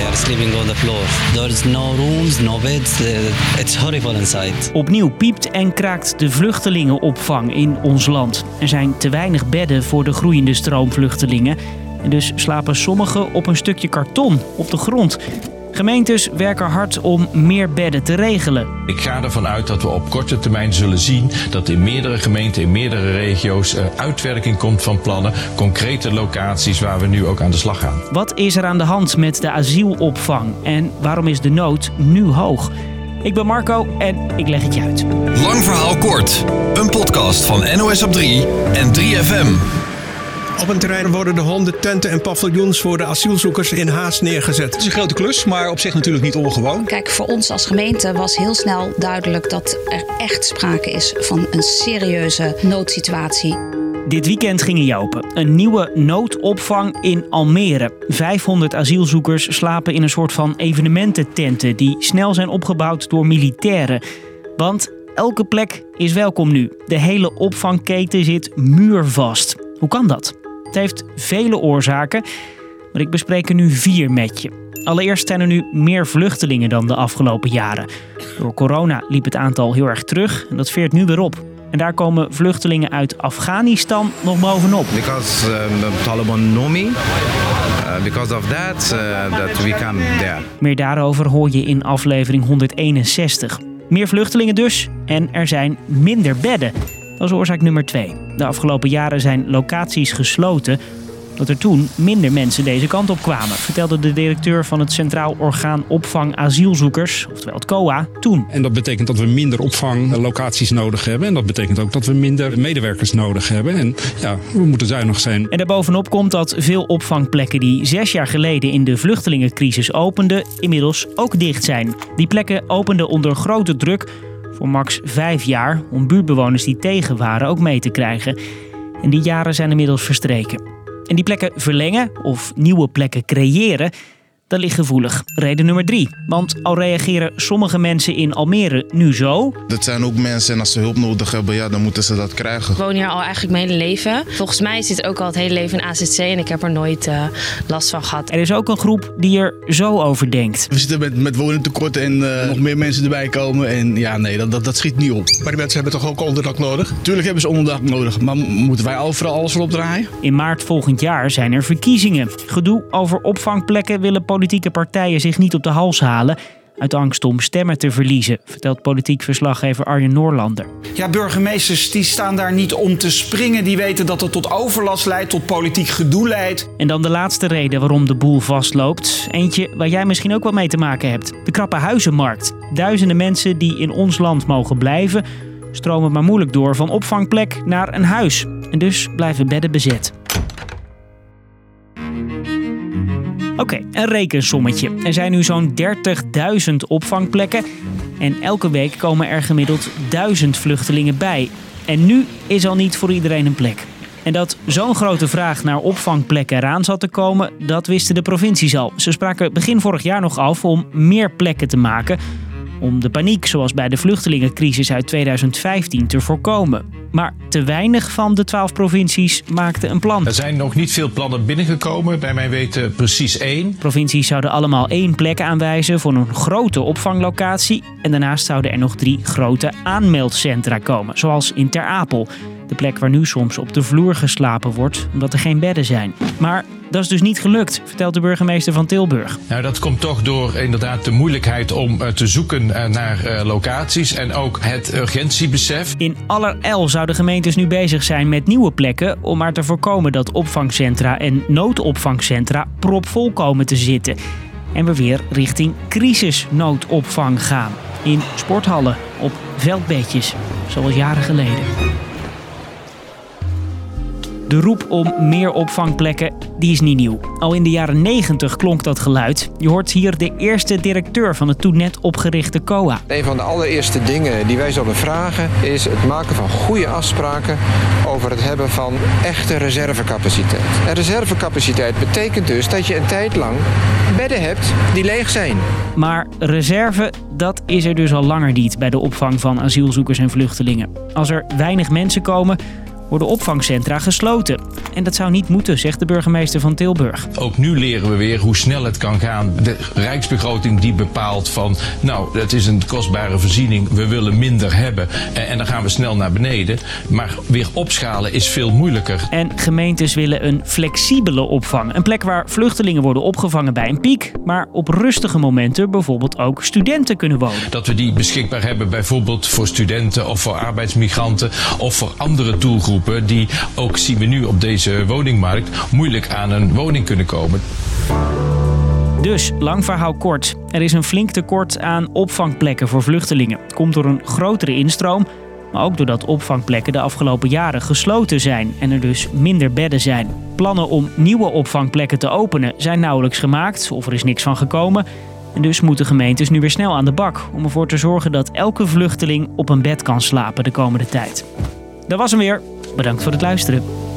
are sleeping on the floor. There is no rooms, no beds. It's horrible inside. Opnieuw piept en kraakt de vluchtelingenopvang in ons land. Er zijn te weinig bedden voor de groeiende stroom vluchtelingen. En dus slapen sommigen op een stukje karton op de grond. Gemeentes werken hard om meer bedden te regelen. Ik ga ervan uit dat we op korte termijn zullen zien dat in meerdere gemeenten, in meerdere regio's uitwerking komt van plannen, concrete locaties waar we nu ook aan de slag gaan. Wat is er aan de hand met de asielopvang en waarom is de nood nu hoog? Ik ben Marco en ik leg het je uit. Lang verhaal kort. Een podcast van NOS op 3 en 3FM. Op een terrein worden de honden, tenten en paviljoens voor de asielzoekers in haast neergezet. Het is een grote klus, maar op zich natuurlijk niet ongewoon. Kijk, voor ons als gemeente was heel snel duidelijk dat er echt sprake is van een serieuze noodsituatie. Dit weekend ging hij open. Een nieuwe noodopvang in Almere. 500 asielzoekers slapen in een soort van evenementententen die snel zijn opgebouwd door militairen. Want elke plek is welkom nu. De hele opvangketen zit muurvast. Hoe kan dat? Het heeft vele oorzaken, maar ik bespreek er nu 4 met je. Allereerst zijn er nu meer vluchtelingen dan de afgelopen jaren. Door corona liep het aantal heel erg terug en dat veert nu weer op. En daar komen vluchtelingen uit Afghanistan nog bovenop. Because the Taliban know me, because of that we come there. Meer daarover hoor je in aflevering 161. Meer vluchtelingen dus en er zijn minder bedden. Dat is oorzaak nummer 2. De afgelopen jaren zijn locaties gesloten, dat er toen minder mensen deze kant op kwamen, vertelde de directeur van het Centraal Orgaan Opvang Asielzoekers, oftewel het COA, toen. En dat betekent dat we minder opvanglocaties nodig hebben. En dat betekent ook dat we minder medewerkers nodig hebben. En ja, we moeten zuinig zijn. En daarbovenop komt dat veel opvangplekken die 6 jaar geleden in de vluchtelingencrisis openden, inmiddels ook dicht zijn. Die plekken openden onder grote druk voor max 5 jaar om buurtbewoners die tegen waren ook mee te krijgen. En die jaren zijn inmiddels verstreken. En die plekken verlengen of nieuwe plekken creëren, dat ligt gevoelig. Reden nummer 3. Want al reageren sommige mensen in Almere nu zo. Dat zijn ook mensen en als ze hulp nodig hebben, ja, dan moeten ze dat krijgen. Ik woon hier al eigenlijk mijn hele leven. Volgens mij zit ook al het hele leven in AZC en ik heb er nooit last van gehad. Er is ook een groep die er zo over denkt. We zitten met woningtekort en nog meer mensen erbij komen. En ja, nee, dat schiet niet op. Maar die mensen hebben toch ook onderdak nodig? Tuurlijk hebben ze onderdak nodig, maar moeten wij overal alles voor opdraaien? In maart volgend jaar zijn er verkiezingen. Gedoe over opvangplekken willen politieke partijen zich niet op de hals halen uit angst om stemmen te verliezen, vertelt politiek verslaggever Arjen Noorlander. Ja, burgemeesters die staan daar niet om te springen. Die weten dat het tot overlast leidt, tot politiek gedoe leidt. En dan de laatste reden waarom de boel vastloopt. Eentje waar jij misschien ook wat mee te maken hebt. De krappe huizenmarkt. Duizenden mensen die in ons land mogen blijven, stromen maar moeilijk door van opvangplek naar een huis. En dus blijven bedden bezet. Oké, een rekensommetje. Er zijn nu zo'n 30.000 opvangplekken en elke week komen er gemiddeld 1000 vluchtelingen bij. En nu is al niet voor iedereen een plek. En dat zo'n grote vraag naar opvangplekken eraan zat te komen, dat wisten de provincies al. Ze spraken begin vorig jaar nog af om meer plekken te maken, om de paniek zoals bij de vluchtelingencrisis uit 2015 te voorkomen. Maar te weinig van de 12 provincies maakten een plan. Er zijn nog niet veel plannen binnengekomen, bij mijn weten precies 1. Provincies zouden allemaal 1 plek aanwijzen voor een grote opvanglocatie. En daarnaast zouden er nog 3 grote aanmeldcentra komen, zoals in Ter Apel. De plek waar nu soms op de vloer geslapen wordt, omdat er geen bedden zijn. Maar dat is dus niet gelukt, vertelt de burgemeester van Tilburg. Nou, dat komt toch door inderdaad de moeilijkheid om te zoeken naar locaties en ook het urgentiebesef. In allerijl zouden gemeentes nu bezig zijn met nieuwe plekken om maar te voorkomen dat opvangcentra en noodopvangcentra propvol komen te zitten. En we weer richting crisisnoodopvang gaan. In sporthallen, op veldbedjes, zoals jaren geleden. De roep om meer opvangplekken, die is niet nieuw. Al in de jaren 90 klonk dat geluid. Je hoort hier de eerste directeur van het toen net opgerichte COA. Een van de allereerste dingen die wij zullen vragen is het maken van goede afspraken over het hebben van echte reservecapaciteit. En reservecapaciteit betekent dus dat je een tijd lang bedden hebt die leeg zijn. Maar reserve, dat is er dus al langer niet bij de opvang van asielzoekers en vluchtelingen. Als er weinig mensen komen, worden opvangcentra gesloten. En dat zou niet moeten, zegt de burgemeester van Tilburg. Ook nu leren we weer hoe snel het kan gaan. De rijksbegroting die bepaalt van, het is een kostbare voorziening, we willen minder hebben. En dan gaan we snel naar beneden. Maar weer opschalen is veel moeilijker. En gemeentes willen een flexibele opvang. Een plek waar vluchtelingen worden opgevangen bij een piek, maar op rustige momenten bijvoorbeeld ook studenten kunnen wonen. Dat we die beschikbaar hebben bijvoorbeeld voor studenten of voor arbeidsmigranten of voor andere doelgroepen die ook, zien we nu op deze woningmarkt, moeilijk aan een woning kunnen komen. Dus, lang verhaal kort. Er is een flink tekort aan opvangplekken voor vluchtelingen. Het komt door een grotere instroom, maar ook doordat opvangplekken de afgelopen jaren gesloten zijn en er dus minder bedden zijn. Plannen om nieuwe opvangplekken te openen zijn nauwelijks gemaakt of er is niks van gekomen. En dus moeten gemeentes nu weer snel aan de bak om ervoor te zorgen dat elke vluchteling op een bed kan slapen de komende tijd. Dat was hem weer. Bedankt voor het luisteren.